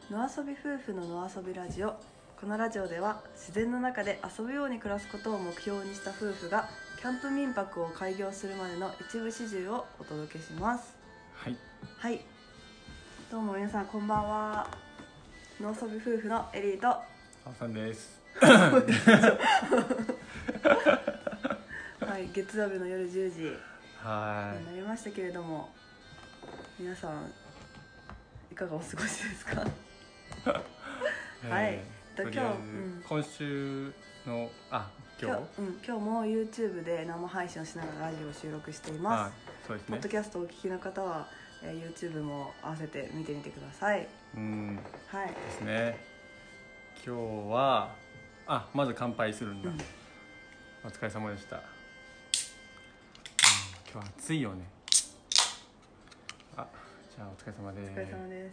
野遊び夫婦の野遊びラジオ。このラジオでは自然の中で遊ぶように暮らすことを目標にした夫婦がキャンプ民泊を開業するまでの一部始終をお届けします。 はい、 はい、どうも皆さんこんばんは。野遊び夫婦のエリーとあさんです。 はい、月曜日の夜10時にはなりましたけれども、皆さんいかがお過ごしですか？はい、 とりあえず今週の今日も YouTube で生配信をしながらラジオを収録しています。 そうですね。 ポッドキャストをお聞きの方は、YouTube も合わせて見てみてください。はいですね。今日はまず乾杯するんだ。お疲れ様でした。今日は暑いよね。じゃあお疲れ様です。 お疲れ様です。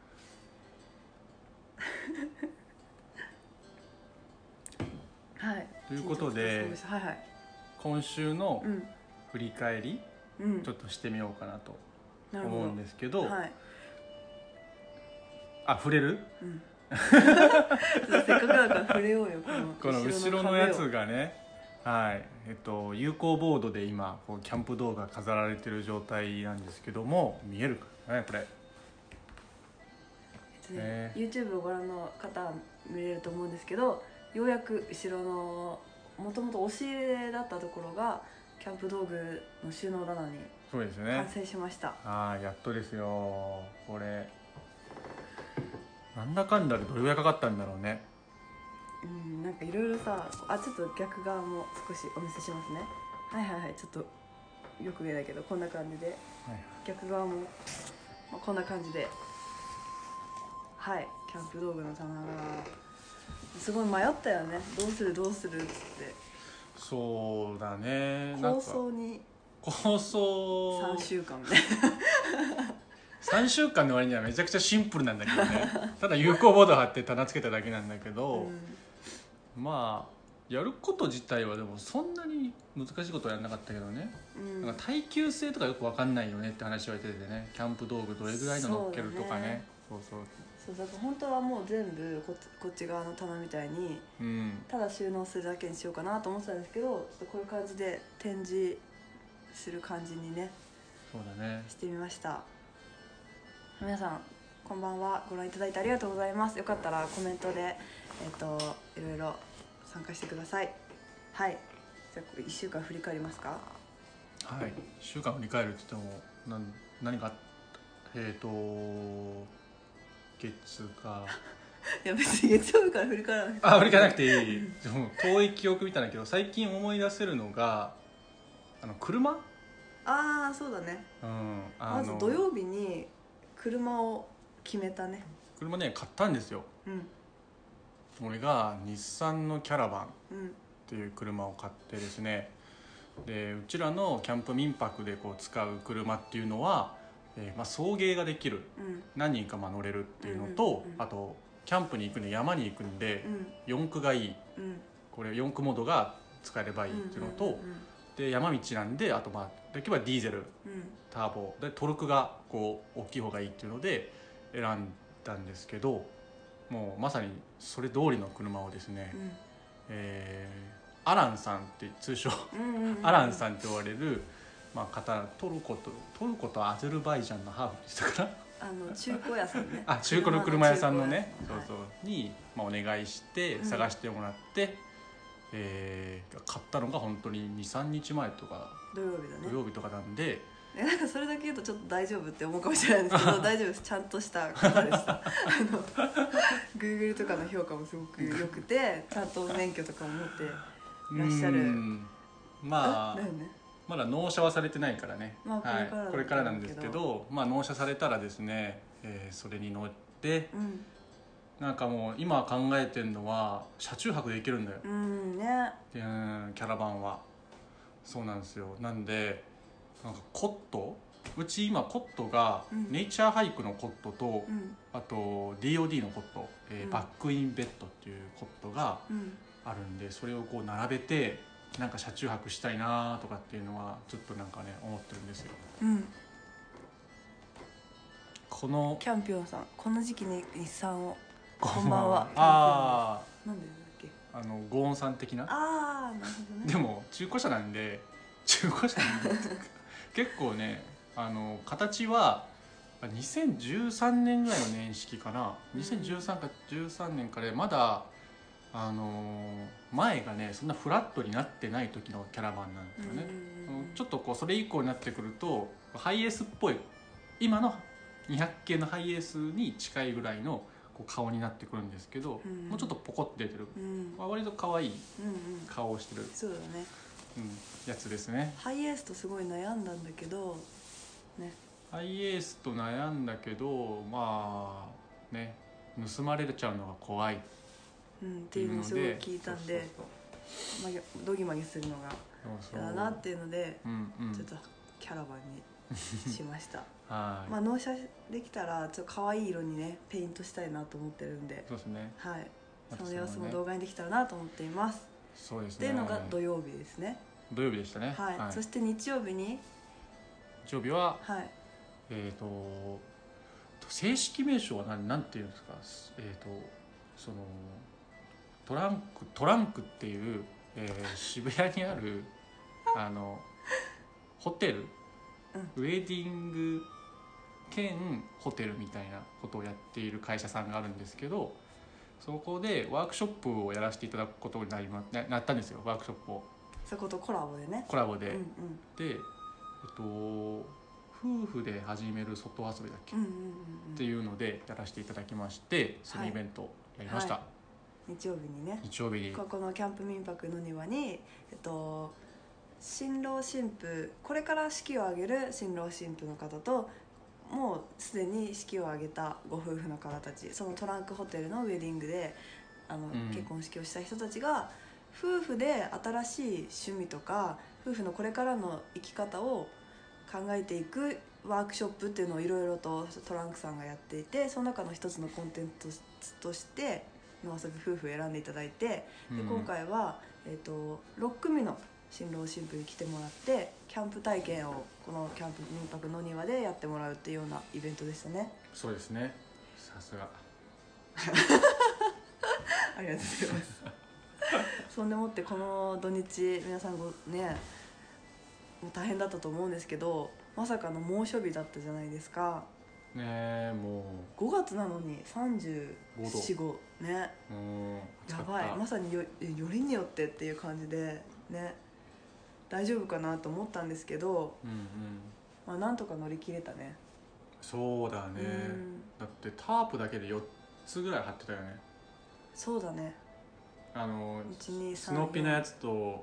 はい、 ということで、今週の振り返り、ちょっとしてみようかなと思うんですけど、触れる？ せっかくだから触れようよ。 この後ろのやつがね、有効ボードで今こうキャンプ道具が飾られてる状態なんですけども、見えるかねこれ。 YouTube をご覧の方は見れると思うんですけど、ようやく後ろのもともと押し入れだったところがキャンプ道具の収納棚に完成しました。 やっとですよ。これなんだかんだでどれぐらいかかったんだろうね。 なんかいろいろさ、ちょっと逆側も少しお見せしますね。ちょっとよく見えないけどこんな感じで、逆側も、こんな感じで、キャンプ道具の棚がすごい迷ったよね。どうするっつって。 そうだね。 構想3週間みたいな 3週間の割にはめちゃくちゃシンプルなんだけどね。ただ有効ボード貼って棚つけただけなんだけど、やること自体はでもそんなに難しいことはやらなかったけどね、なんか耐久性とかよく分かんないよねって話を言っててね。キャンプ道具どれぐらいの乗っけるとかね。 そうだから本当はもう全部こっち側の棚みたいに、ただ収納するだけにしようかなと思ってたんですけど、ちょっとこういう感じで展示する感じにね、してみました。皆さんこんばんは。ご覧いただいてありがとうございます。よかったらコメントでいろいろ参加してください。じゃあ1週間振り返りますか。 1週間振り返るって言っても何か月がいや別に月曜日から振り返らなくて振り返らなくていい。でも遠い記憶みたいだけど、最近思い出せるのが車。 そうだね。まず土曜日に車を決めたね。 車ね、買ったんですよ。俺が日産のキャラバンっていう車を買ってですね、でうちらのキャンプ民泊でこう使う車っていうのは、送迎ができる、何人か乗れるっていうのと、あとキャンプに行くんで山に行くんで、四駆がいい、これ四駆モードが使えればいいっていうのと、で山道なんで、あとできればディーゼル、ターボでトルクがこう大きい方がいいっていうので選んだんですけど、もうまさにそれ通りの車をですね、アランさんって通称アランさんって言われる、方、トルコとアゼルバイジャンのハーフでしたから中古屋さんね中古の車屋さんのね、に、お願いして探してもらって、買ったのが本当に 2,3 日前とか土曜日とかなんで、 なんかそれだけ言うとちょっと大丈夫って思うかもしれないんですけど大丈夫です。ちゃんとした方でしたGoogle とかの評価もすごく良くて、ちゃんと免許とかも持ってらっしゃる。だよね。 まだ納車はされてないからね、これからなんですけど、納車されたらですね、それに乗って、なんかもう今考えてるのは車中泊できるんだよ、キャラバンは。そうなんですよ。なんでなんかコット、うち今コットが、ネイチャーハイクのコットと、あと DOD のコット、バックインベッドっていうコットがあるんで、それをこう並べてなんか車中泊したいなとかっていうのはちょっとなんかね思ってるんですよ。 このキャンピオンさん、この時期に日産をこんばんは。 ああ、 なんでだっけ、 ゴーンさん的な。 ああ、なるほどね。 でも中古車なんで結構ね、形は2013年ぐらいの年式かな、2013か13年からまだ前がねそんなフラットになってない時のキャラバンなんですよね。ちょっとこうそれ以降になってくるとハイエースっぽい、今の200系のハイエースに近いぐらいのこう顔になってくるんですけど、もうちょっとポコって出てる、割と可愛い顔をしてる、 そうだね、 やつですね。 ハイエースとすごい悩んだんだけどね、 ハイエースと悩んだけど、まあね、盗まれちゃうのが怖いっていうのをすごい聞いたんで、ドギマギするのが嫌だなっていうので、ちょっとキャラバンにしましたまあ納車できたらちょっと可愛い色にねペイントしたいなと思ってるんで、 そうですね、 はい、その様子も動画にできたらなと思っています。 そうですね、 っていうのが土曜日ですね。 土曜日でしたね。 はい、そして日曜日は、 はい、 正式名称は何ていうんですか、そのトランクっていう、渋谷にあるホテル、ウェディング兼ホテルみたいなことをやっている会社さんがあるんですけど、そこでワークショップをやらせていただくことになったんですよ。ワークショップをそことコラボでね、 で、夫婦で始める外遊びだっけ、っていうのでやらせていただきまして、そのイベントをやりました、 日曜日にね、ここのキャンプ民泊の庭に、新郎新婦、これから式を挙げる新郎新婦の方と、もうすでに式を挙げたご夫婦の方たち、そのトランクホテルのウェディングで結婚式をした人たちが夫婦で新しい趣味とか夫婦のこれからの生き方を考えていくワークショップっていうのをいろいろとトランクさんがやっていて、その中の一つのコンテンツとして野遊び夫婦を選んでいただいて、で今回は、6組の新郎新婦に来てもらってキャンプ体験をこのキャンプ民泊の庭でやってもらうっていうようなイベントでしたね。 そうですね、さすがありがとうございますそんでもってこの土日皆さんねもう大変だったと思うんですけど、まさかの猛暑日だったじゃないですかね。もう5月なのに34、5ね、やばい、まさによりによってっていう感じでね、大丈夫かなと思ったんですけど、まあなんとか乗り切れたね。 そうだね、だってタープだけで4つぐらい張ってたよね。 そうだね、 スノピのやつと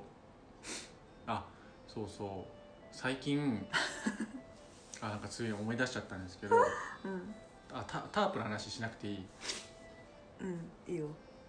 そう最近なんかつい思い出しちゃったんですけど、タープの話しなくていい？ いいよ。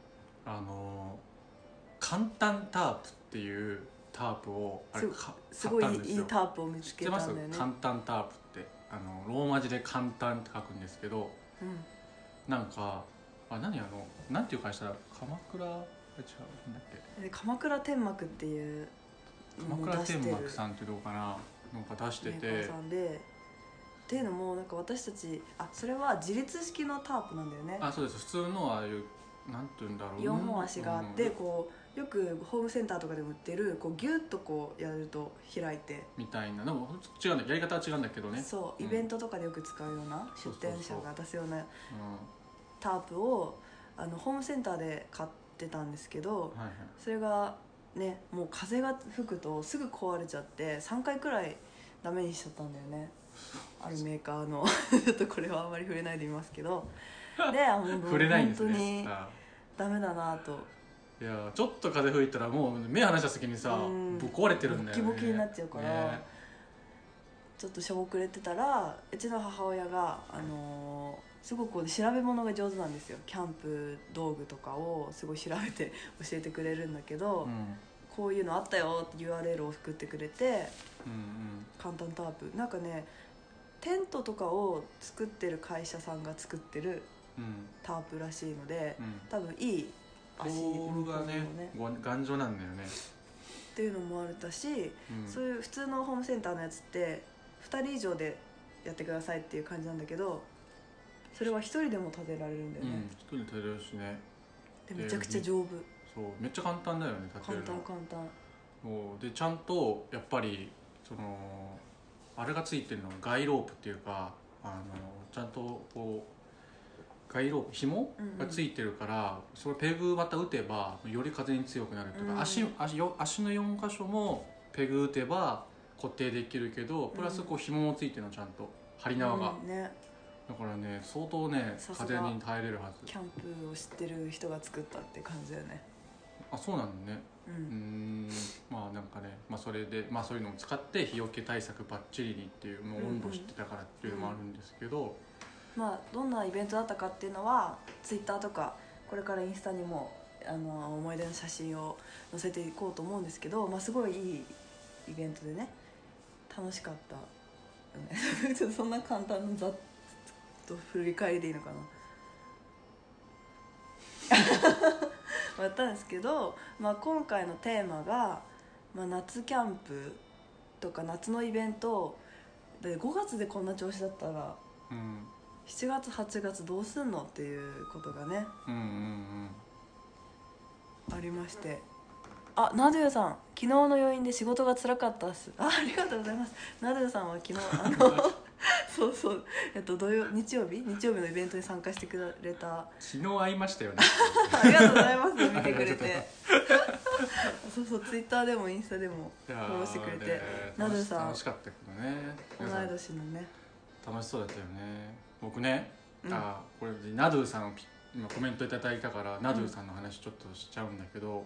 簡単タープっていうタープをすごいいいタープを見つけたんだよね。知ってます？ 簡単タープってローマ字で簡単って書くんですけど、なんかなんていう会社だ、鎌倉違うんだっけ、鎌倉天幕っていう鎌倉天幕さんってどうかな、なんか出してて、 メーカーさんでっていうのもなんか私たちそれは自立式のタープなんだよね。 そうです。普通のああいうなんていうんだろう、 4本足があって、こうよくホームセンターとかでも売ってるこうギュッとこうやると開いてみたいな、でも違うんだ、やり方は違うんだけどね。 そうイベントとかでよく使うような出店者が出すようなタープをホームセンターで買ってたんですけど、それがねもう風が吹くとすぐ壊れちゃって3回くらいダメにしちゃったんだよねあるメーカーのちょっとこれはあんまり触れないでいますけどで触れないんですね。 本当にダメだなと。 いやちょっと風吹いたらもう目離した時にさぶっ壊れてるんだよね。 ボキボキになっちゃうから、ちょっとしょぼくれてたらうちの母親がすごく調べ物が上手なんですよ。キャンプ道具とかをすごい調べて教えてくれるんだけど、こういうのあったよって URL を送ってくれて、簡単タープなんかねテントとかを作ってる会社さんが作ってるタープらしいので、多分いい足がね頑丈なんだよねっていうのもあるだし、そういう普通のホームセンターのやつって2人以上でやってくださいっていう感じなんだけど、 それは一人でも立てられるんだよね。 一人で立てれるしね。 でめちゃくちゃ丈夫。 そうめっちゃ簡単だよね、立てるの。 簡単。 そうでちゃんとやっぱりそのあれがついてるのガイロープっていうか、ちゃんとこうガイロープ紐がついてるから、それペグまた打てばより風に強くなるとか、足の4箇所もペグ打てば固定できるけど、プラスこう紐もついてるの、ちゃんと針縄が、 ね、 だからね相当ね風に耐えれるはず。 キャンプを知ってる人が作ったって感じだよね。 あ、そうなのね。まあなんかね、それでそういうのを使って日よけ対策バッチリにっていう、もう温度知ってたからっていうのもあるんですけど、 どんなイベントだったかっていうのはツイッターとかこれからインスタにも思い出の写真を載せていこうと思うんですけど、すごいいいイベントでね、楽しかったよね。ちょっとそんな簡単なざっと振り返りでいいのかな。やったんですけど、今回のテーマが、夏キャンプとか夏のイベントで、5月でこんな調子だったら、7月8月どうすんのっていうことがね、ありまして、ナドゥさん、昨日の余韻で仕事が辛かったっす。ありがとうございます。ナドゥさんは昨日そう日曜日のイベントに参加してくれた。 昨日会いましたよね。 ありがとうございます。見てくれて。そうツイッターでもインスタでもフォローしてくれて、ナドゥさん楽しかったけどね。 同い年のね。 楽しそうだったよね。僕ね、これナドゥさん今コメントいただいたからナドゥさんの話ちょっとしちゃうんだけど、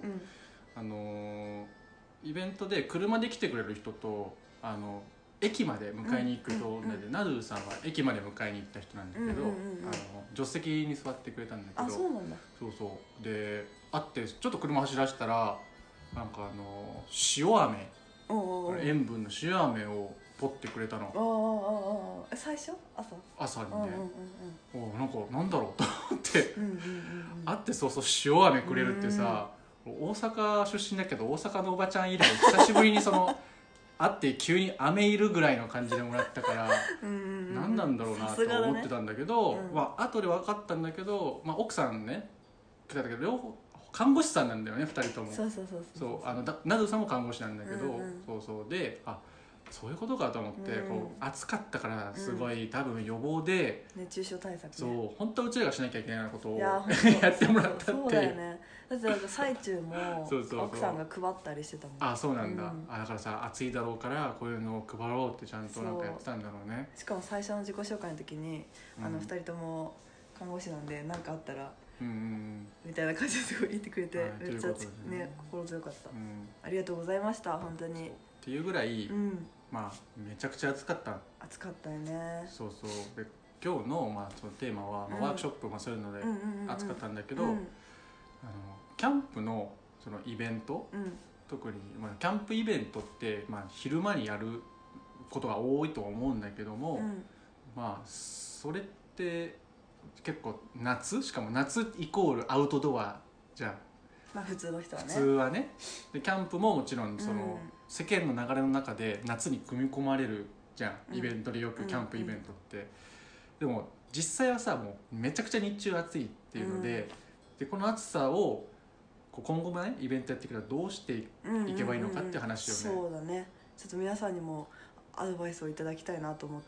イベントで車で来てくれる人と駅まで迎えに行くと、ナドゥさんは駅まで迎えに行った人なんだけど、助手席に座ってくれたんだけど、 そうなんだ。 そうで会ってちょっと車走らせたら、なんか塩飴、塩分の塩飴を取ってくれたの。 最初朝にね、なんだろうと思って会ってそう塩飴くれるってさ、大阪出身だけど大阪のおばちゃん以来久しぶりに会って急に飴いるぐらいの感じでもらったから何なんだろうなと思ってたんだけど、後で分かったんだけど、奥さんね来たんだけど両方看護師さんなんだよね、2人とも。ナドゥさんも看護師なんだけど、でそういうことかと思って、暑かったからすごい、多分予防で熱中症対策ね。 本当はうちらがしなきゃいけないことをやってもらったっていう。 そうだよね。だって最中も奥さんが配ったりしてたもん。 そうなんだ。だからさ、暑いだろうからこういうのを配ろうってちゃんとやってたんだろうね。 しかも最初の自己紹介の時に2人とも看護師なんで何かあったらみたいな感じですごい言ってくれて、めっちゃね心強かった。ありがとうございました、本当に。 っていうぐらいめちゃくちゃ暑かった。 暑かったよね。 で今日のそのテーマはワークショップそういうので暑かったんだけど、キャンプのそのイベント、特にキャンプイベントって昼間にやることが多いと思うんだけども、それって結構しかも夏イコールアウトドアじゃん。 普通の人はね。 普通はね。でキャンプももちろん世間の流れの中で夏に組み込まれるじゃん、イベントでよくキャンプイベントって。でも実際はさ、もうめちゃくちゃ日中暑いっていうので、この暑さを今後もねイベントやっていくらどうしていけばいいのかっていう話よね。 そうだね。ちょっと皆さんにもアドバイスをいただきたいなと思って。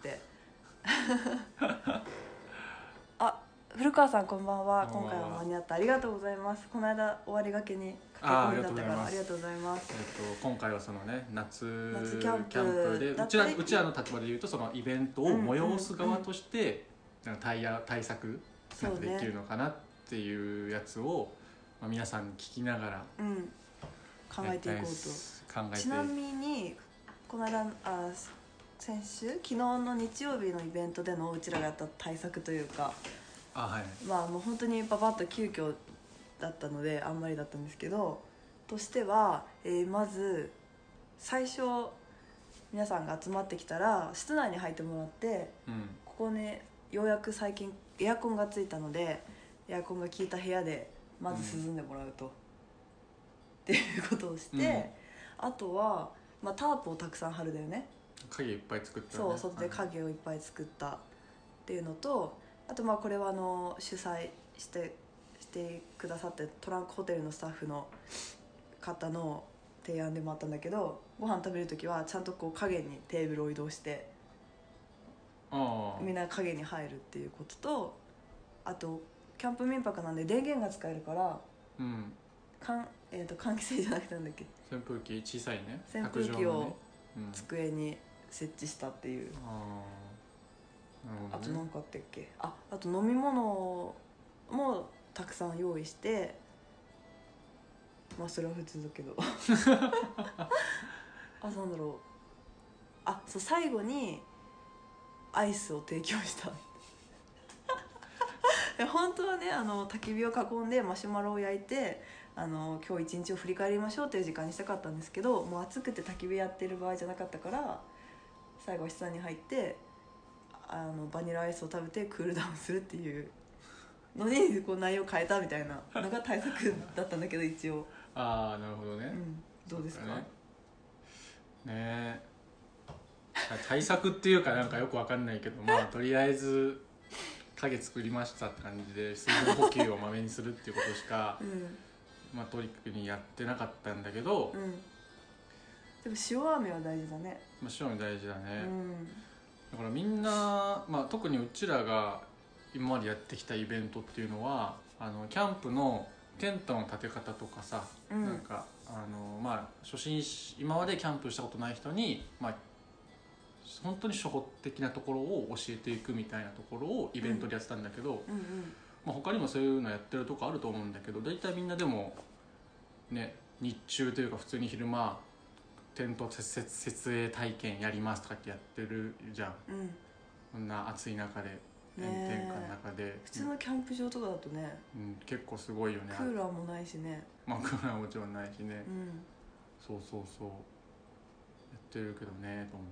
古川さんこんばんは。今回は間に合ったありがとうございます。この間終わりがけに駆け込みだったからありがとうございます。 今回はそのね夏キャンプでうちらの立場で言うとそのイベントを催す側として対策なんてできるのかなっていうやつを皆さんに聞きながら考えていこうと。ちなみにこの間昨日の日曜日のイベントでのうちらがやった対策というか、もう本当にパパッと急遽だったのであんまりだったんですけど、としては、まず最初皆さんが集まってきたら室内に入ってもらって、ここねようやく最近エアコンがついたのでエアコンが効いた部屋でまず涼んでもらうと、っていうことをして、あとは、タープをたくさん張るだよね。 影いっぱい作ったね。 外で影をいっぱい作ったっていうのと、 あとこれは主催してくださってトランクホテルのスタッフの方の提案でもあったんだけど、ご飯食べる時はちゃんとこう影にテーブルを移動してみんな影に入るっていうことと、あとキャンプ民泊なんで電源が使えるから、換気扇じゃなくてなんだっけ、 扇風機、小さいね扇風機を机に設置したっていう、なるほどね、あと何かあったっけ、あと飲み物もたくさん用意して、それは普通だけどなんだろう、そう最後にアイスを提供した本当はね焚き火を囲んでマシュマロを焼いて今日一日を振り返りましょうという時間にしたかったんですけど、もう暑くて焚き火やってる場合じゃなかったから、最後は室内に入ってバニラアイスを食べてクールダウンするっていうのにこう内容を変えたみたいなのが対策だったんだけど一応なるほどね、 どうですかね。対策っていうかなんかよくわかんないけどとりあえず影作りましたって感じで水分補給をまめにするっていうことしか、トリックにやってなかったんだけど、 でも塩飴は大事だね。 塩飴大事だね、だからみんな、特にうちらが今までやってきたイベントっていうのはキャンプのテントの立て方とかさ、なんか初心今までキャンプしたことない人に、本当に初歩的なところを教えていくみたいなところをイベントでやってたんだけど、他にもそういうのやってるとこあると思うんだけど、大体みんなでもね、日中というか普通に昼間テント設営体験やりますとかってやってるじゃん、こんな暑い中で炎天下の中で、 普通のキャンプ場とかだとね、 結構すごいよね。 クーラーもないしね、 クーラーもちろんないしね、そうやってるけどねと思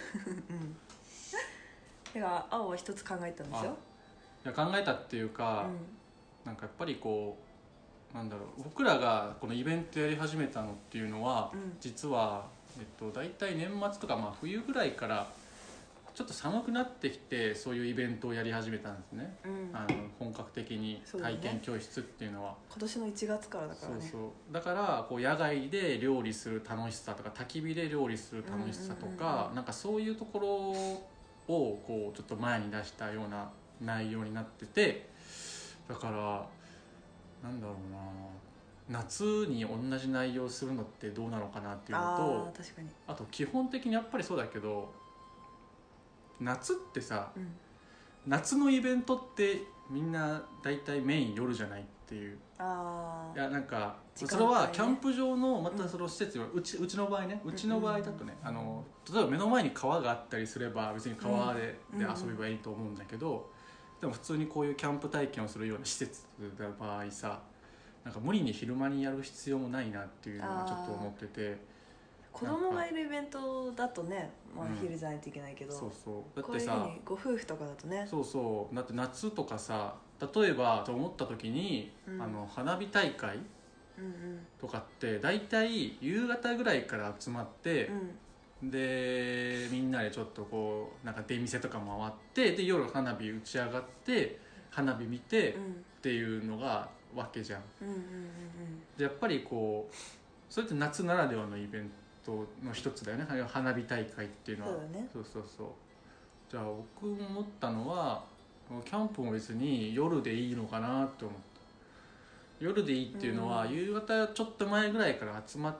ってだから青は一つ考えたんでしょ。 いや考えたっていうか、なんかやっぱりこうなんだろう、僕らがこのイベントやり始めたのっていうのは、実は大体年末とか冬ぐらいからちょっと寒くなってきてそういうイベントをやり始めたんですね、本格的に体験教室っていうのは今年の1月からだからね。 だからこう野外で料理する楽しさとか焚き火で料理する楽しさとか、なんかそういうところをこうちょっと前に出したような内容になってて、だからなんだろうな、夏に同じ内容をするのってどうなのかなっていうのと、 確かに、 あと基本的にやっぱりそうだけど、夏ってさ、夏のイベントってみんな大体メイン夜じゃないっていう。いやなんかそれはキャンプ場のまたその施設はうちの場合ね、うちの場合だとね、例えば目の前に川があったりすれば別に川で遊べばいいと思うんだけど、でも普通にこういうキャンプ体験をするような施設の場合さ、なんか無理に昼間にやる必要もないなっていうのはちょっと思ってて、 子供がいるイベントだとね、昼じゃないといけないけど、 だってさ、 こういうふうにご夫婦とかだとね、 だって夏とかさ、例えばと思った時に、花火大会とかって大体夕方ぐらいから集まって、でみんなでちょっとこうなんか出店とか回って、で夜花火打ち上がって花火見て、っていうのがわけじゃん。でやっぱりこうそれって夏ならではのイベントの一つだよね、花火大会っていうのは。じゃあ僕思ったのは、キャンプも別に夜でいいのかなって思った。夜でいいっていうのは、夕方ちょっと前ぐらいから集まって、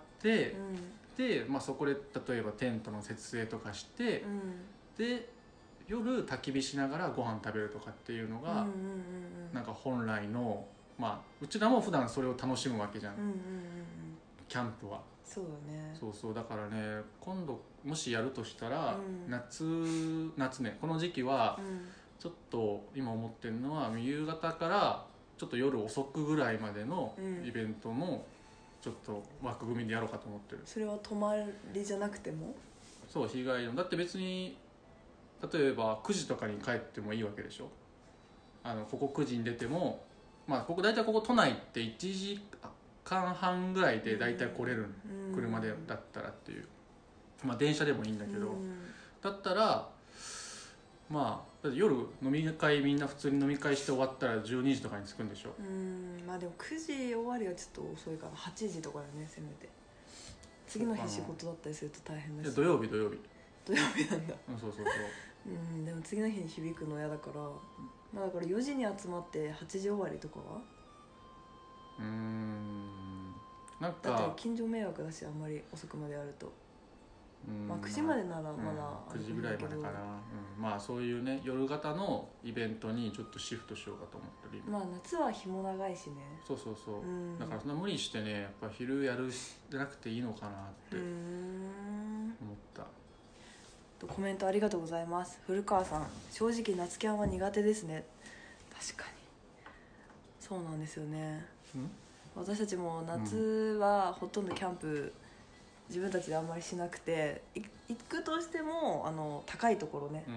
で、そこで例えばテントの設営とかして、で夜焚き火しながらご飯食べるとかっていうのが、なんか本来の、うちらも普段それを楽しむわけじゃん、キャンプは。 そうだね。 だからね、今度もしやるとしたら、夏ね、この時期はちょっと今思ってるのは、夕方からちょっと夜遅くぐらいまでのイベントのちょっと枠組みでやろうかと思ってる。 それは泊まりじゃなくても？ そう日帰りの。だって別に例えば9時とかに帰ってもいいわけでしょ。ここ9時に出ても、ここ大体ここ都内って1時間半ぐらいで大体来れる、車でだったらっていう、電車でもいいんだけど、だったらだって夜飲み会みんな普通に飲み会して終わったら12時とかに着くんでしょ。 まあでも9時終わりはちょっと遅いから8時とかだね、せめて。次の日仕事だったりすると大変だし。 土曜日なんだ。 そうでも次の日に響くの嫌だから、まあ、だから4時に集まって8時終わりとかはなんかだって近所迷惑だし、あんまり遅くまでやると。まあ9時までならまだ 9時ぐらいまでかな、まあそういうね夜型のイベントにちょっとシフトしようかと思ったり。 まあ夏は日も長いしね。 そう、だからそんな無理してねやっぱ昼やるじゃなくていいのかなって思った。 コメントありがとうございます。古川さん、正直夏キャンは苦手ですね。確かにそうなんですよね。私たちも夏はほとんどキャンプ自分たちであんまりしなくて、行くとしても高いところね、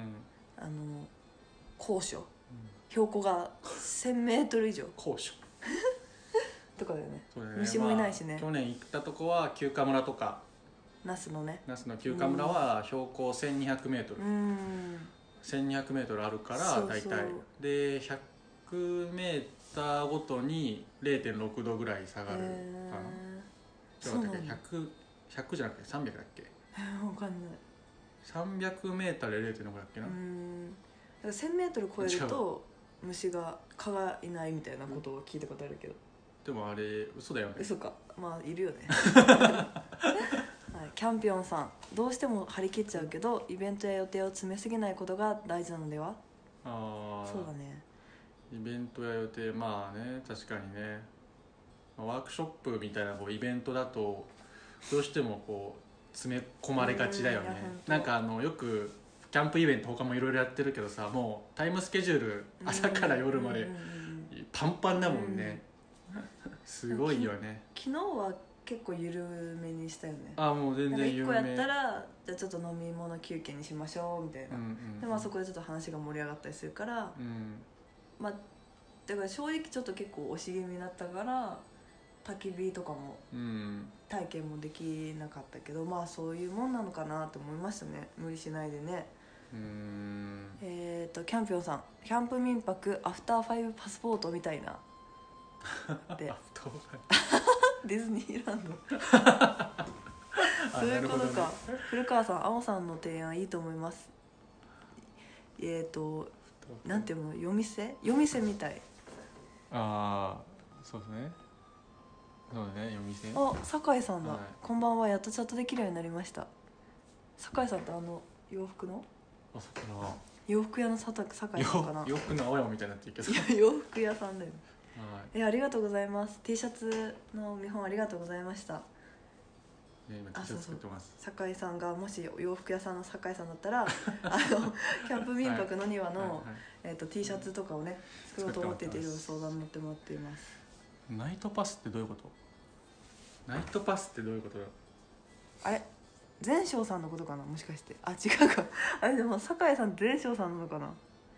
高所、標高が 1000m 以上高所とかだよね。虫もいないしね、 去年行ったとこは休暇村とか那須の休暇村は標高 1200m、1200m あるから大体で 100m ごとに 0.6 度ぐらい下がるかな。そうだっけ、100じゃなくて300だっけ。 分かんない。 300m で 0.6 だっけな。 1000m 超えると蚊がいないみたいなことを聞いたことあるけど、 でもあれ嘘だよね。 嘘か。まあいるよねはい、キャンピオンさん、どうしても張り切っちゃうけどイベントや予定を詰めすぎないことが大事なのでは。そうだね、 イベントや予定、まあね、確かにね、ワークショップみたいなイベントだとどうしても詰め込まれがちだよね。なんかよくキャンプイベント他もいろいろやってるけどさ、もうタイムスケジュール朝から夜までパンパンだもんね。すごいよね。 昨日は結構緩めにしたよね。 もう全然緩め。 1個やったらじゃあちょっと飲み物休憩にしましょうみたいな、でまあそこでちょっと話が盛り上がったりするから、まあだから正直ちょっと結構押し気味になったから焚き火とかも体験もできなかったけど、まあそういうもんなのかなと思いましたね。無理しないでね。キャンピオンさん、キャンプ民泊アフター5パスポートみたいなでディズニーランドそういうことか。古川さん、青さんの提案いいと思います。なんていうの、夜店みたい。 そうですね。そうだね、夜店。 酒井さんだ、こんばんは。やっとチャットできるようになりました。酒井さんって洋服の洋服屋の酒井さんかな。 洋服の青山みたいになってるけど。 洋服屋さんだよ。ありがとうございます。 T シャツの見本ありがとうございました。そう酒井さんがもし洋服屋さんの酒井さんだったらキャンプ民泊の庭のT シャツとかをね作ろうと思っていて、いろいろ相談乗ってもらっています。 ナイトパスってどういうこと？ナイトパスってどういうことだ？ あれ、前哨さんのことかな、もしかして。違うかあれ、でも酒井さん前哨さんなのかな。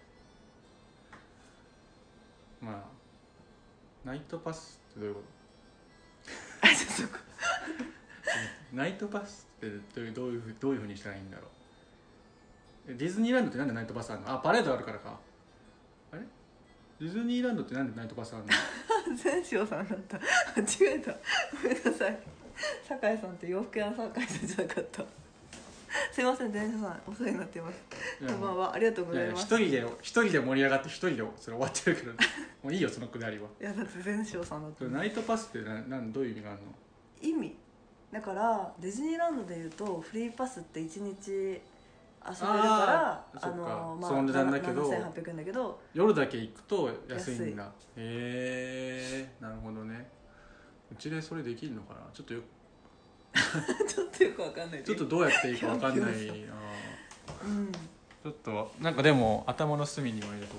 まあナイトパスってどういうこと？ そこナイトパスってどういうふうにしたらいいんだろう。ディズニーランドってなんでナイトパスあるの？パレードあるからか。あれ、ディズニーランドってなんでナイトパスあるの？ 前哨さんだった。間違えた、ごめんなさい。酒井さんって洋服屋の酒井さんじゃなかった。すいません、前哨さんお世話になってます。こんばんは、ありがとうございます。 一人で盛り上がって一人でそれ終わってるけどもういいよそのくだりは。 いやだって前哨さんだった。 ナイトパスってどういう意味があるの？ 意味だからディズニーランドでいうとフリーパスって1日遊べるからその値段だけど 7800円だけど夜だけ行くと安いんだ。なるほどね。うちでそれできるのかな。ちょっとよくわかんない。 ちょっとどうやっていいかわかんないな。ちょっとなんかでも頭の隅には入れと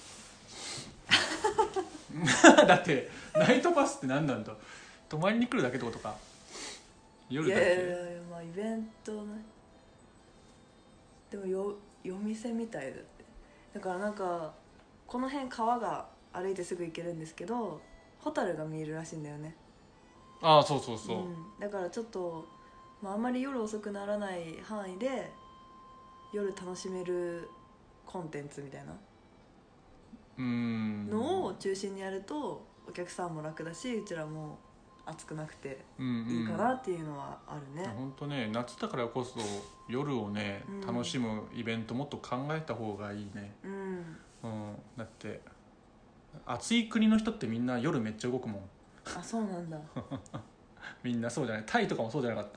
こうだってナイトパスって何なんだ。泊まりに来るだけってことか。夜だけ。 まあイベントね。でも夜店みたいだって。だからなんかこの辺川が歩いてすぐ行けるんですけど、ホタルが見えるらしいんだよね。 そう、 だからちょっと、あんまり夜遅くならない範囲で夜楽しめるコンテンツみたいなのを中心にやるとお客さんも楽だし、うちらも暑くなくていいかなっていうのはあるね。 本当ね、夏だからこそ夜をね、楽しむイベントもっと考えた方がいいね。だって暑い国の人ってみんな夜めっちゃ動くもん。 あ、そうなんだみんなそうじゃない？タイとかもそうじゃなかった？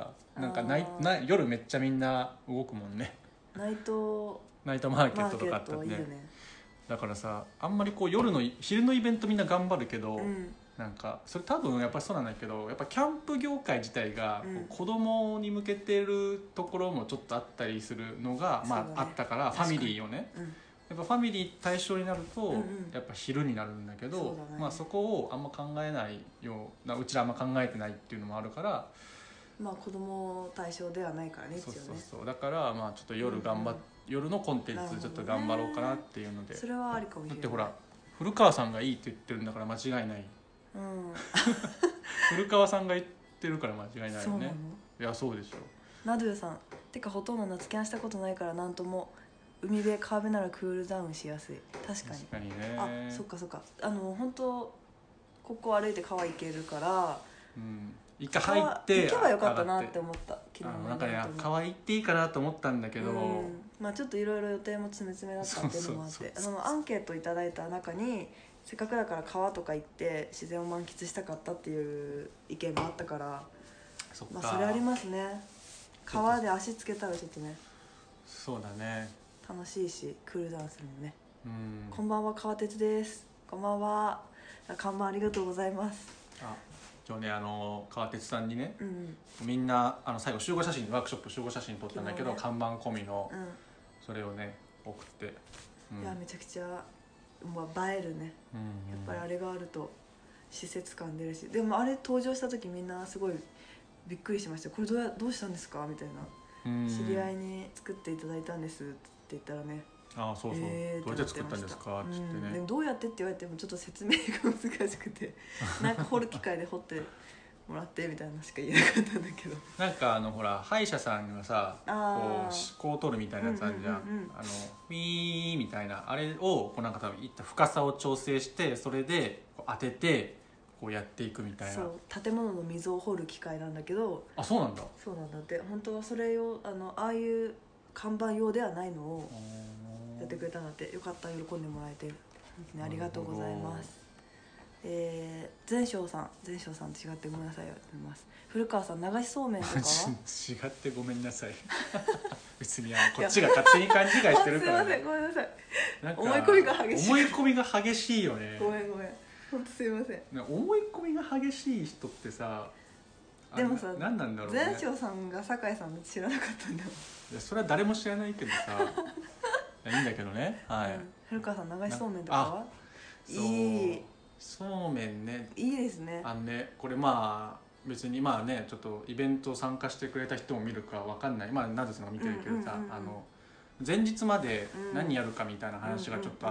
なんか夜めっちゃみんな動くもんね。 ナイトマーケットとかあったね。いいよね。だからさ、あんまりこう昼のイベントみんな頑張るけど、なんかそれ多分やっぱりそうなんだけど、やっぱキャンプ業界自体が子供に向けてるところもちょっとあったりするのが、あったから、ファミリーをね、やっぱファミリー対象になるとやっぱ昼になるんだけど、そこをあんま考えないような、うちらあんま考えてないっていうのもあるから、 子供対象ではないからね、一応ね。 そうだからちょっと夜夜のコンテンツちょっと頑張ろうかなっていうので、 それはありかもしれない。 だってほら古川さんがいいって言ってるんだから間違いない。古川さんが言ってるから間違いないよね。いや、そうでしょ。 ナドゥさん、てかほとんど夏キャンしたことないからなんとも。海辺川辺ならクールダウンしやすい。確かにね。 あ、そっか本当ここ歩いて川行けるから、 一回入って行けばよかったなって思った。 昨日なんかね、川行っていいかなと思ったんだけど、 ちょっといろいろ予定も詰めだったっていうのもあって、アンケートいただいた中にせっかくだから川とか行って自然を満喫したかったっていう意見もあったから、それありますね。川で足つけたらちょっとね、 そうだね、 楽しいしクールダウンするもんね。こんばんは、川鉄です。こんばんは。看板ありがとうございます。 今日ね、川鉄さんにね、みんな最後ワークショップ集合写真撮ったんだけど、看板込みの、それをね送って、 いやめちゃくちゃ映えるね。やっぱりあれがあると施設感出るし、でもあれ登場した時みんなすごいびっくりしました。これどうしたんですかみたいな。知り合いに作っていただいたんですって言ったらね、 そうどうやって作ったんですかって言ってね、 でもどうやってって言われてもちょっと説明が難しくてなんか掘る機械で掘ってもらってみたいなしか言えなかったんだけど、 なんかほら歯医者さんがさ、こう取るみたいなやつあるじゃん、ウィーみたいな、あれをこうなんか多分いった深さを調整して、それでこう当ててこうやっていくみたいな。 そう、建物の溝を掘る機械なんだけど。 そうなんだ。 そうなんだって。本当はそれ用ああいう看板用ではないのをやってくれたんだって。よかった、喜んでもらえて、ありがとうございます。前哨さんって違ってごめんなさい。古川さん、流しそうめんとかは違ってごめんなさい別にこっちが勝手に勘違いしてるから、 すいません、ごめんなさい。 なんか思い込みが激しい。 思い込みが激しいよね。 ごめん本当すいません。 思い込みが激しい人ってさ、 でもさ、 何なんだろうね。 前哨さんが酒井さんの知らなかったんだよ。 いや、それは誰も知らないけどさいいんだけどね。 古川さん、流しそうめんとかはいい。 そうめんね、 いいですね。 これ別にちょっとイベント参加してくれた人も見るかわかんない、なぜその見てるけどさ、前日まで何やるかみたいな話がちょっとあって、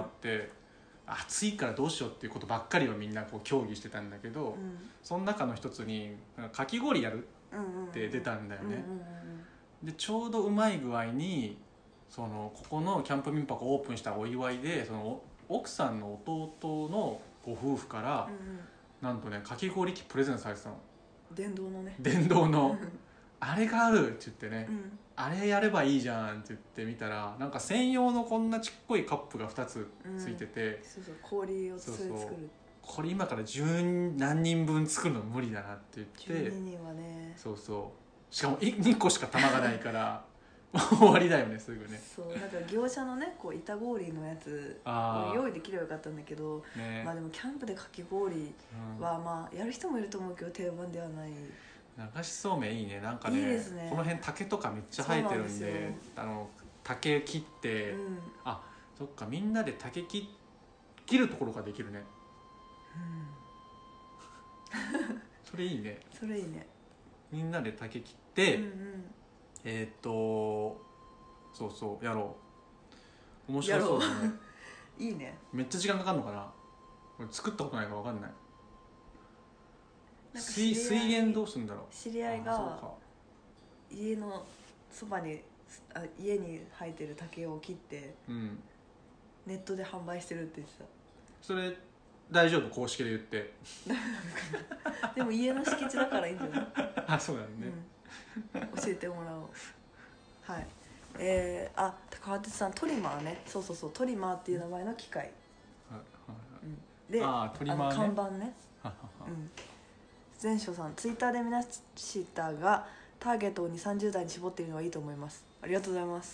暑いからどうしようっていうことばっかりをみんなこう協議してたんだけど、その中の一つにかき氷やるって出たんだよね。でちょうどうまい具合にここのキャンプ民泊をオープンしたお祝いで、奥さんの弟のご夫婦から、なんとねかき氷機プレゼントされてたの。電動のあれがあるって言ってね、あれやればいいじゃんって言ってみたら、なんか専用のこんなちっこいカップが2つついてて、 氷を作る。 これ今から十何人分作るの無理だなって言って、 12人はね、 しかも2個しか玉がないから終わりだよね、すぐね。 なんか業者のねこう板氷のやつを用意できればよかったんだけど、でもキャンプでかき氷はやる人もいると思うけど定番ではない。 流しそうめんいいね。なんかね、 いいですね。 この辺竹とかめっちゃ生えてるんで、竹切って、そっか、みんなで竹切るところができるね。それいいね。みんなで竹切って、そうやろう。面白そうだね。 いいね。 めっちゃ時間かかるのかな。俺作ったことないから分かんない。水源どうするんだろう。 知り合いが家のそばに家に生えてる竹を切って、 ネットで販売してるって言ってた。 それ大丈夫？公式で言ってでも家の敷地だからいいんじゃない？ あ、そうなんね、 教えてもらおう。はい。川鉄さん、トリマーね。そうトリマーっていう名前の機械、で、 トリマーね、 看板ね。前書さん、ツイッターで見ましたが、ターゲットを2、30代に絞っているのはいいと思います。ありがとうございます。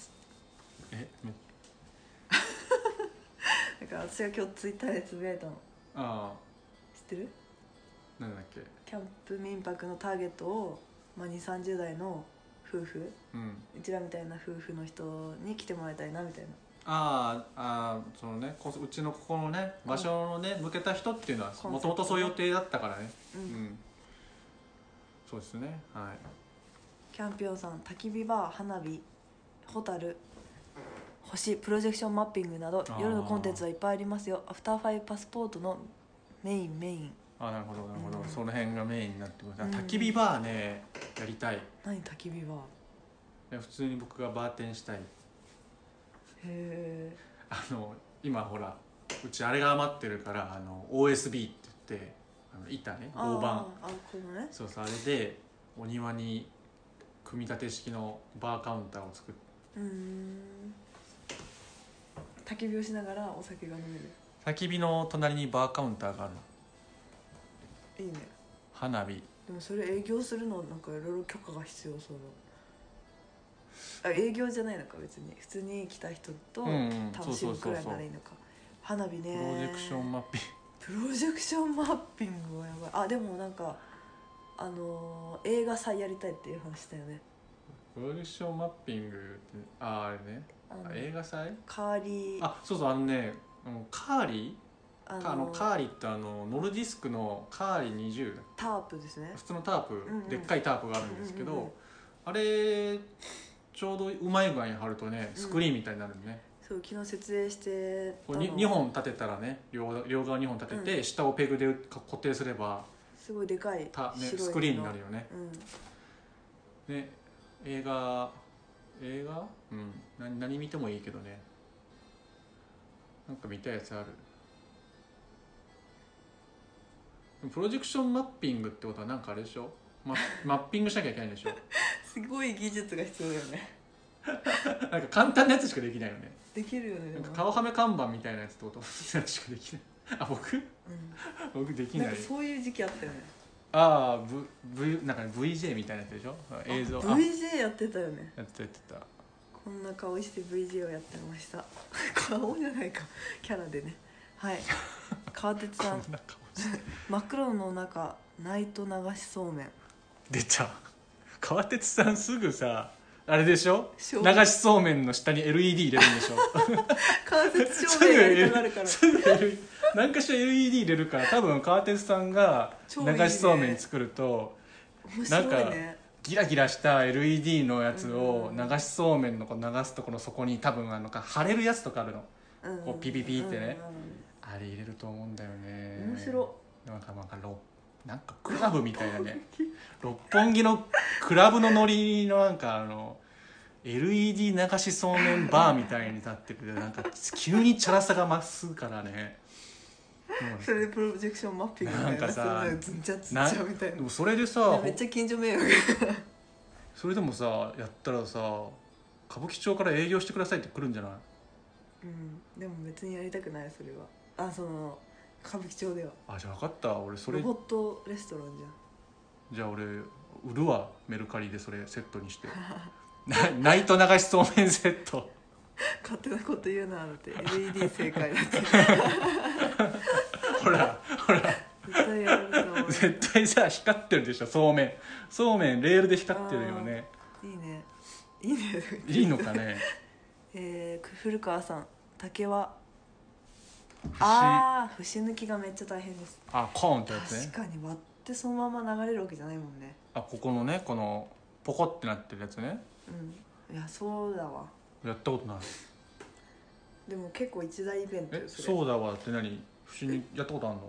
だから私が今日ツイッターでつぶやいたの。知ってる？ なんだっけ？ キャンプ民泊のターゲットを、2、30代の夫婦、うちらみたいな夫婦の人に来てもらいたいなみたいな。 そのね、うちのここのね場所のね向けた人っていうのはもともとそういう予定だったからね。そうですね。はい。 キャンピオンさん、焚き火バー、花火、ホタル、星、プロジェクションマッピングなど夜のコンテンツはいっぱいありますよ。アフターファイブパスポートのメイン。 なるほど、その辺がメインになってくる。焚き火バーね、やりたい。 何焚き火バー？普通に僕がバーテンしたい。 へえ。今ほらうちあれが余ってるから、OSB って言って板ね、大判。 このね。 そうあれでお庭に組み立て式のバーカウンターを作って。 焚き火をしながらお酒が飲める。 焚き火の隣にバーカウンターがあるの。 いいね。 花火。 でもそれ営業するのなんかいろいろ許可が必要。営業じゃないのか、別に普通に来た人と楽しむくらいならいいのか。花火ね。 プロジェクションマッピング。 プロジェクションマッピングはやばい。でもなんか映画祭やりたいっていう話だよね。 プロジェクションマッピングって、あれね、映画祭？ カーリー。 そうカーリー、カーリーってノルディスクのカーリー20、 タープですね。 普通のタープ、でっかいタープがあるんですけど、あれちょうどうまい具合に貼るとね、スクリーンみたいになるね。 そう、昨日設営してたの。2本立てたらね、両側2本立てて、下をペグで固定すればすごいでかいスクリーンになるよね。ね、映画、何見てもいいけどね。なんか見たいやつある？プロジェクションマッピングってことはなんかあれでしょ？マッピングしなきゃいけないんでしょ？ すごい技術が必要だよね。 なんか簡単なやつしかできないよね。 できるよね。 なんか顔はめ看板みたいなやつってことしかできない。僕できない。 なんかそういう時期あったよね。 なんか VJ みたいなやつでしょ？映像。 VJ やってたよね。 やってた。 こんな顔して VJ をやってました。顔じゃないか、キャラでね。はい。川鉄さん。真っ黒の中、ナイト流しそうめん。 出た。川鉄さんすぐさ、あれでしょ？流しそうめんの下に LED 入れるんでしょ？ 川鉄照明やりたがるから。 何かしら LED 入れるから、多分川鉄さんが流しそうめん作ると、なんかギラギラした LED のやつを流しそうめんの流すところ、そこに多分貼れるやつとかあるの。こうピピピってね、あれ入れると思うんだよね。 面白。 なんかクラブみたいなね。六本木のクラブのノリのLED 流しそうめんバーみたいに立ってて、なんか急にチャラさが増すからね。 それでプロジェクションマッピングみたいな。なんかさ、ズンチャズンチャみたいな。 でもそれでさ、 めっちゃ近所迷惑。 それでもさ、やったらさ、歌舞伎町から営業してくださいって来るんじゃない？ でも別にやりたくない、それは。歌舞伎町では。 じゃあ分かった、俺それロボットレストランじゃん。じゃあ俺売るわ、メルカリでそれセットにしてナイト流しそうめんセット。 勝手なこと言うな、だって LED 正解だって。 ほら絶対やると思う。 絶対さ、光ってるでしょ、そうめんレールで光ってるよね。 いいね、いいね。 いいのかね。 古川さん、竹は節抜きがめっちゃ大変です。 コーンってやつね。 確かに割ってそのまま流れるわけじゃないもんね。 ここのね、このポコってなってるやつね。 いや、そうだわ。 やったことない。 でも結構一大イベントよ。 そうだわって何？節にやったことあるの？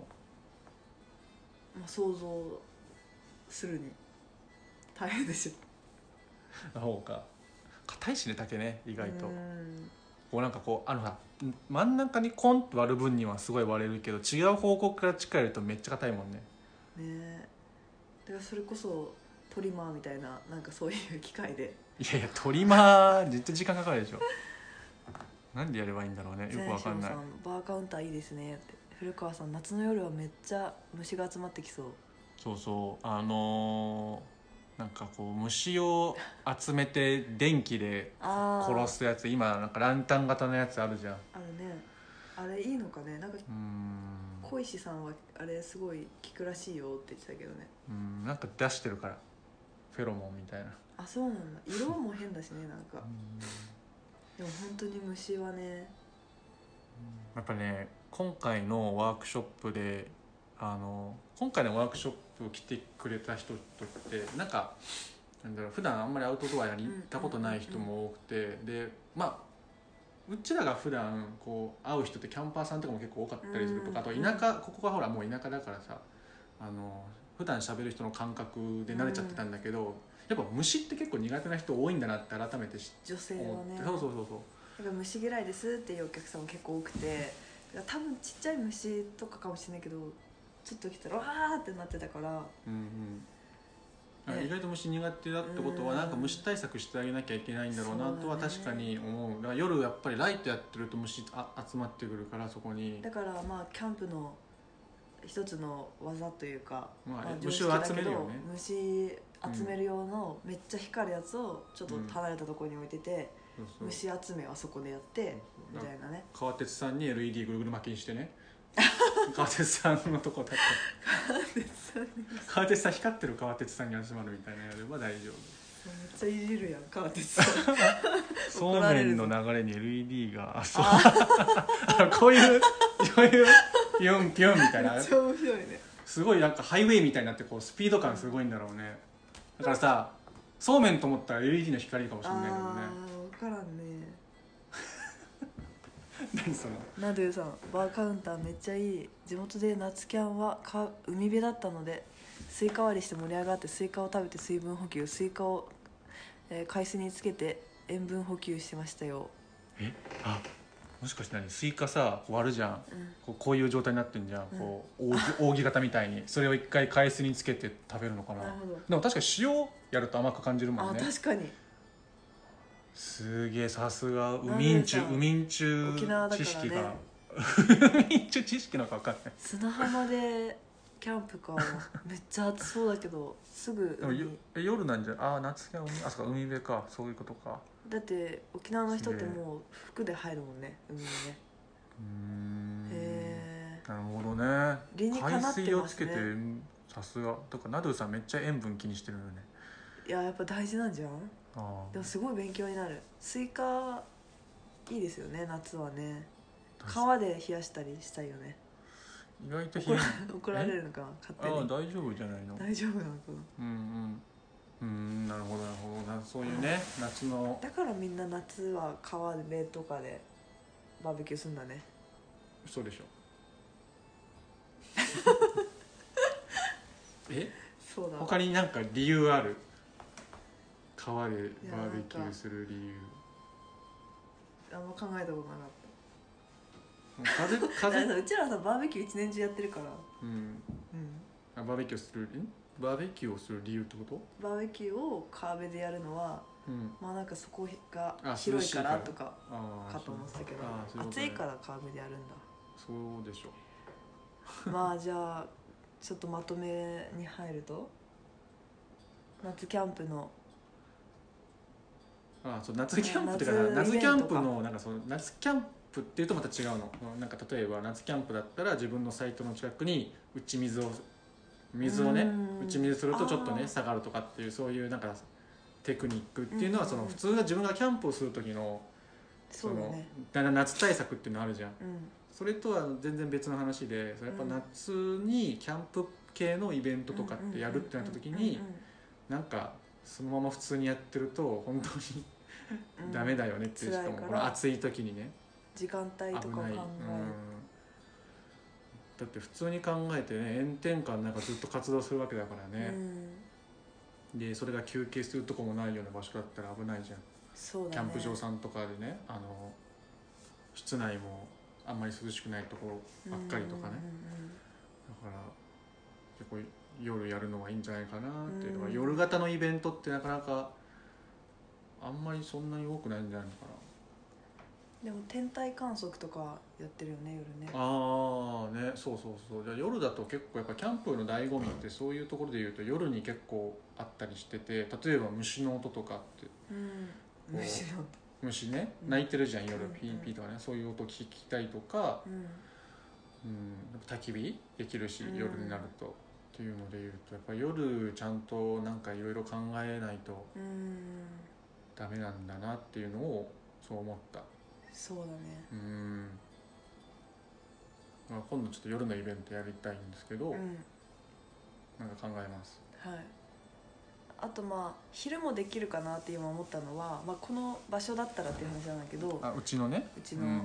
想像するに大変でしょ。 そうか。硬いしね、竹ね、意外と。 こうなんかこう真ん中にコンと割る分にはすごい割れるけど、違う方向から力入れるとめっちゃ硬いもんね。 ねだからそれこそトリマーみたいな、なんかそういう機械で。 いやいやトリマー絶対時間かかるでしょ。なんでやればいいんだろうね、よくわかんない。 さんバーカウンターいいですねって。古川さん夏の夜はめっちゃ虫が集まってきそう。 そうそうなんかこう虫を集めて電気で殺すやつ、今なんかランタン型のやつあるじゃん。 あるね。あれいいのかね。なんか小石さんはあれすごい効くらしいよって言ってたけどね。 なんか出してるからフェロモンみたいな。 あ、そうなんだ。色も変だしね、なんかでも本当に虫はね、 やっぱね、今回のワークショップで今回のワークショップを来てくれた人とってなんかなんだろう、普段あんまりアウトドアやったことない人も多くて、でまあうちらが普段こう会う人ってキャンパーさんとかも結構多かったりするとか、あと田舎、ここがほらもう田舎だからさ、普段喋る人の感覚で慣れちゃってたんだけど、やっぱ虫って結構苦手な人多いんだなって改めて知って、 女性はね、 そうそうそうそう、 なんか虫嫌いですっていうお客さんも結構多くて、多分ちっちゃい虫とかかもしれないけど、ちょっと来たらわーってなってたから、 意外と虫苦手だってことはなんか虫対策してあげなきゃいけないんだろうなとは確かに思う。だから夜やっぱりライトやってると虫集まってくるから、そこにだからまあキャンプの一つの技というか、 虫を集めるよね。 虫集める用のめっちゃ光るやつをちょっと離れたところに置いてて、虫集めはそこでやってみたいなね。 川鉄さんに LED ぐるぐる巻きにしてね川鉄さんのとこだって川鉄さん光ってる川鉄さんに集まるみたいなやれば大丈夫。 めっちゃいじるやん川鉄さんそうめんの流れに LED がこういうピヨンピヨンみたいな、 めっちゃ面白いね。 すごいなんかハイウェイみたいになってこうスピード感すごいんだろうね。だからさ、そうめんと思ったら LED の光かもしれないけどね。 分からんね何そのナドゥさん、バーカウンターめっちゃいい。地元で夏キャンは海辺だったのでスイカ割りして盛り上がって、スイカを食べて水分補給、スイカを、海水につけて塩分補給してましたよ。 もしかしてスイカさ割るじゃん、こういう状態になってんじゃん、こう扇形みたいに、それを一回海水につけて食べるのかな。でも確かに塩やると甘く感じるもんね。 確かに。 すげえ、さすが海民中沖縄だからね、 知識が海民中知識なんか分かんない。 砂浜でキャンプかめっちゃ暑そうだけどすぐ夜なんじゃ、夏キャン、そうか、海辺か、そういうことか。 だって沖縄の人ってもう服で入るもんね、海にね。 へえ、なるほどね。 理にかなってますね。 海水をつけて、さすが。だからナドゥさんめっちゃ塩分気にしてるよね。 いや、やっぱ大事なんじゃん。でもすごい勉強になる。スイカいいですよね、夏はね。川で冷やしたりしたいよね。 意外と怒られるのかな、勝手に。 大丈夫じゃないの。 大丈夫なのかな。 なるほどなるほど。そういうね、夏の。 だからみんな夏は川でとかでバーベキューするんだね。 そうでしょそうだ。 他になんか理由ある？川でバーベキューする理由。 あんま考えたことなかった。うちらさバーベキュー一年中やってるから。 バーベキューをする理由ってこと？ バーベキューを川辺でやるのは、まあなんかそこが広いからとかかと思ってたけど、暑いから川辺でやるんだ。 そうでしょ。 まあじゃあちょっとまとめに入ると、夏キャンプの夏キャンプってか、夏キャンプのなんか夏キャンプっていうとまた違うの。なんか例えば夏キャンプだったら自分のサイトの近くに打ち水をね、打ち水するとちょっとね下がるとかっていう、そういうなんかテクニックっていうのは、普通は自分がキャンプをする時の夏対策っていうのあるじゃん。それとは全然別の話で、やっぱ夏にキャンプ系のイベントとかってやるってなった時に、なんかそのまま普通にやってると本当にダメだよねっていう、しかもこの暑い時にね、 時間帯とか考えだって普通に考えてね、炎天下の中ずっと活動するわけだからね、でそれが休憩するとこもないような場所だったら危ないじゃん。そうだね、キャンプ場さんとかでね、 室内もあんまり涼しくないところばっかりとかね、だから結構夜やるのはいいんじゃないかなっていうのは、夜型のイベントってなかなかあんまりそんなに多くないんじゃないのかな。 でも天体観測とかやってるよね、夜ね。 ああね、そうそうそう。じゃあ夜だと結構やっぱキャンプの醍醐味ってそういうところで言うと夜に結構あったりしてて、例えば虫の音とかって、虫ね、鳴いてるじゃん夜、ピーピーとかね、そういう音聞きたいとか、焚き火できるし、夜になるとっていうので言うと、やっぱ夜ちゃんとなんかいろいろ考えないとダメなんだなっていうのをそう思った。 そうだね。 今度ちょっと夜のイベントやりたいんですけど、なんか考えます。 はい。あと昼もできるかなって今思ったのは、この場所だったらっていう話なんだけど、 うちのね、 うちの、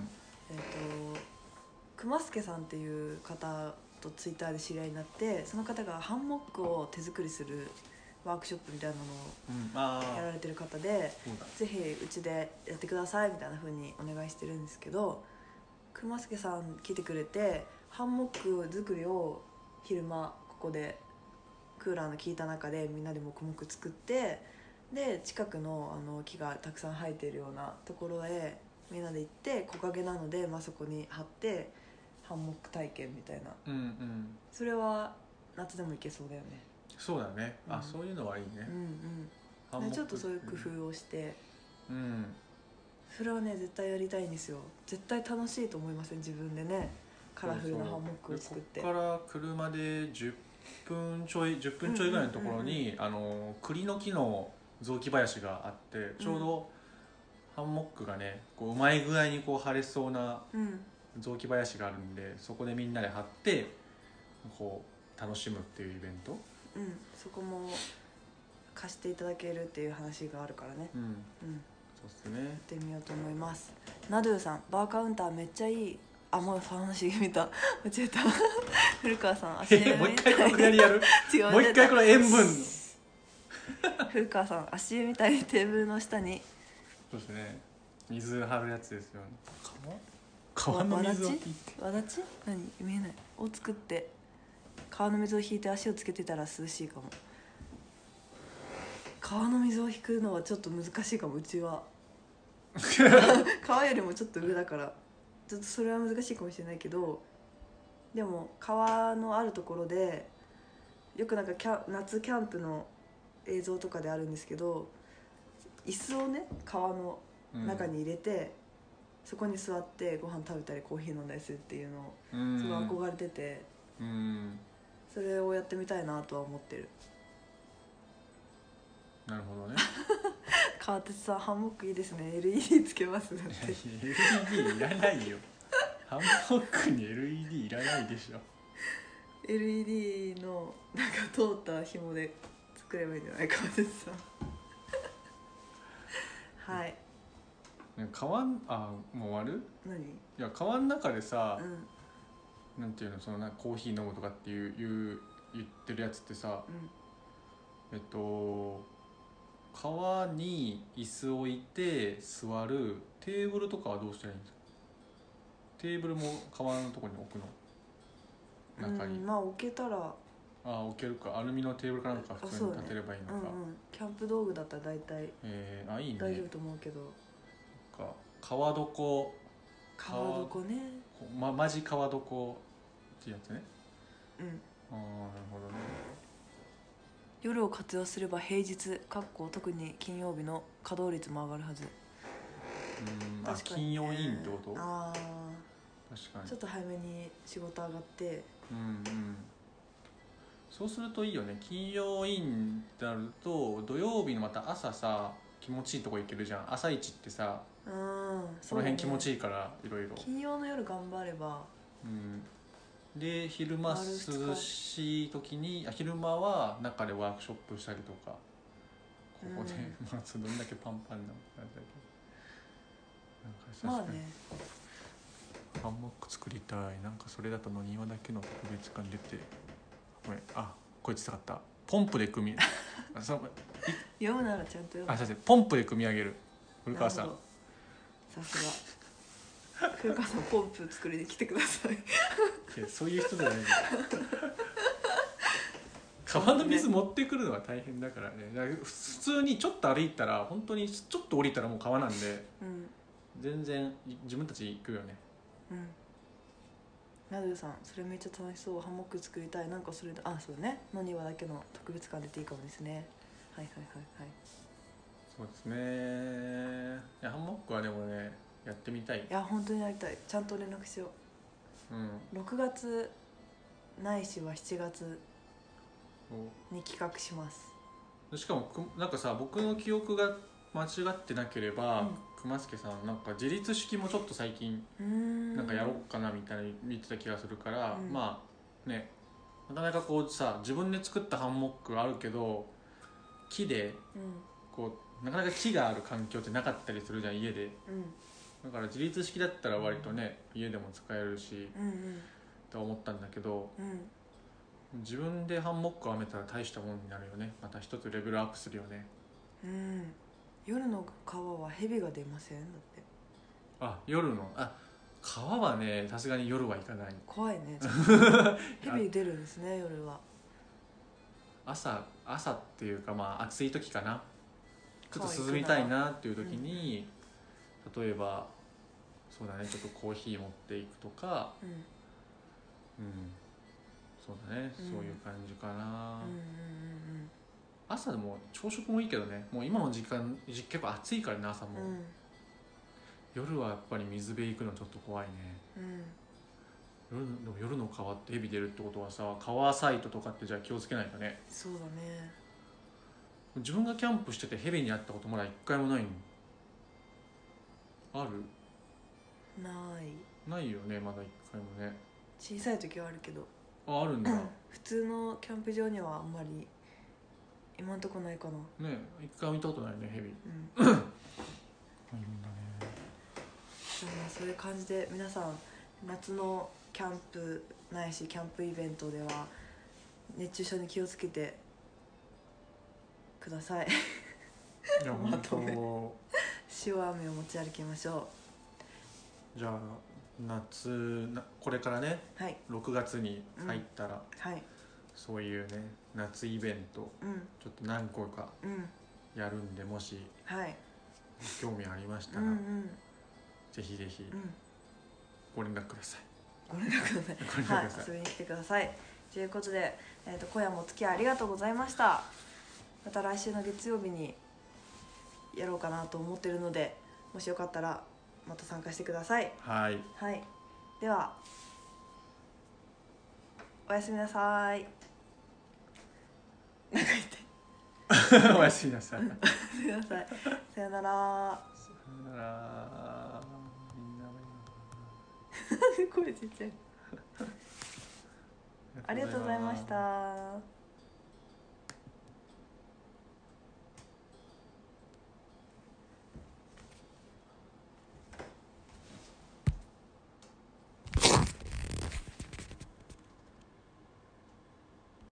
熊助さんっていう方とツイッターで知り合いになって、その方がハンモックを手作りするワークショップみたいなのをやられてる方で、ぜひうちでやってくださいみたいな風にお願いしてるんですけど、熊助さん来てくれてハンモック作りを昼間ここでクーラーの効いた中でみんなで黙々作って、で近くの木がたくさん生えているようなところへみんなで行って、木陰なので、そこに張ってハンモック体験みたいな、それは夏でも行けそうだよね。 そうだね、そういうのはいいね。 ちょっとそういう工夫をして、それはね絶対やりたいんですよ。絶対楽しいと思いません？自分でねカラフルなハンモックを作って。 ここから車で10分ちょいぐらいのところに栗の木の雑木林があって、ちょうどハンモックがねこううまい具合にこう張れそうな雑木林があるんで、そこでみんなで張ってこう楽しむっていうイベント、 そこも貸していただけるっていう話があるからね。 そうですね。 やってみようと思います。ナドゥさん、バーカウンターめっちゃいい。もう話見た。間違えた。古川さん、 もう一回このくだりやる？もう一回この塩分。 古川さん、足湯みたいにテーブルの下に。 そうですね。水張るやつですよね。川の水を引いて。 わだち？何？見えない。を作って、川の水を引いて足をつけてたら涼しいかも。川の水を引くのはちょっと難しいかも、うちは。川よりもちょっと上だからちょっとそれは難しいかもしれないけど、でも川のあるところでよくなんか夏キャンプの映像とかであるんですけど、椅子をね川の中に入れて、そこに座ってご飯食べたりコーヒー飲んだりするっていうのをすごい憧れてて、それをやってみたいなとは思ってる。 なるほどね。 川鉄さん、ハンモックいいですね。 LED つけますだって。 LED いらないよ。ハンモックに LED いらないでしょ。 LED のなんか通った紐で作ればいいんじゃない、川鉄さん。はい。 川もう終わる？ 何？いや川の中でさ、なんていうの、そのコーヒー飲むとかって言ってるやつってさ、川に椅子置いて座るテーブルとかはどうしたらいいんですか？テーブルも川のところに置くの？中に。 置けたら。 置けるか。アルミのテーブルかなんか普通に立てればいいのか。 キャンプ道具だったら大体、 いいね、 大丈夫と思うけど。 川床ね。 マジ川床ってやつね。なるほどね。 夜を活用すれば平日特に金曜日の稼働率も上がるはず。 金曜インってこと？確かにちょっと早めに仕事上がって、 そうするといいよね。金曜インってなると土曜日のまた朝さ気持ちいいとこ行けるじゃん。朝一ってさ、その辺気持ちいいからいろいろ。 金曜の夜頑張れば。 で昼間涼しい時に昼間は中でワークショップしたりとか、ここで、どんだけパンパンなのかだけど、なんかね、ハンモック作りたい。なんかそれだとの庭だけの特別感出て、ごめん、こいつ使った。ポンプで組み読むならちゃんと読む。 ポンプで組み上げる。古川さん、 さすが古川さんポンプ作りに来てください。 いやそういう人じゃないんだよ川の水持ってくるのは大変だからね。だから普通にちょっと歩いたら本当にちょっと降りたらもう川なんで、全然自分たち行くよね。 ナドゥさんそれめっちゃ楽しそう。ハンモック作りたい。なんかそれでそうね、野庭だけの特別感出ていいかもですね。はいはいはいはい。 そうですね。いやハンモックはでもねやってみたい。いや本当にやりたい。ちゃんと連絡しよう。6月ないしは7月に企画します。 しかもなんかさ、僕の記憶が間違ってなければ、熊助さんなんか自立式もちょっと最近なんかやろうかなみたいに言ってた気がするから、まあね、なかなかこうさ自分で作ったハンモックあるけど木でこうなかなか木がある環境ってなかったりするじゃん家で、だから自立式だったら割とね家でも使えるし、と思ったんだけど、自分でハンモックを編めたら大したものになるよね。また一つレベルアップするよね。 夜の川は蛇が出ません？だって夜の川はねさすがに夜は行かない。 怖いね蛇出るんですね夜は。朝っていうかまあ暑い時かな。ちょっと涼みたいなっていう時に、例えばそうだねちょっとコーヒー持っていくとか、そうだね、そういう感じかな。朝でも朝食もいいけどね、もう今の時間結構暑いからね朝も、夜はやっぱり水辺行くのちょっと怖いね。夜の川って蛇出るってことはさ、川サイトとかってじゃあ気をつけないとね。 そうだね。 自分がキャンプしてて蛇に会ったことまだ一回もないの。ある？ないよね、まだ一回もね。 小さい時はあるけど。 あるんだ。 普通のキャンプ場にはあんまり今んとこないかな。 ね、一回見たことないね蛇。 そういう感じで皆さん夏のキャンプないしキャンプイベントでは熱中症に気をつけてください。 いや本当塩飴を持ち歩きましょう。じゃあこれからね、6月に入ったら、そういうね夏イベント、ちょっと何個かやるんで、もし興味ありましたら、ぜひぜひご連絡ください。 ご連絡ください。遊びに来てください。ということで、今夜もお付き合いありがとうございました。また来週の月曜日にやろうかなと思ってるので、もしよかったらまた参加してください。ではおやすみなさい。なんか言っておやすみなさい。 すみません。さよなら。 さよなら。みんな声ちっちゃい。ありがとうございました。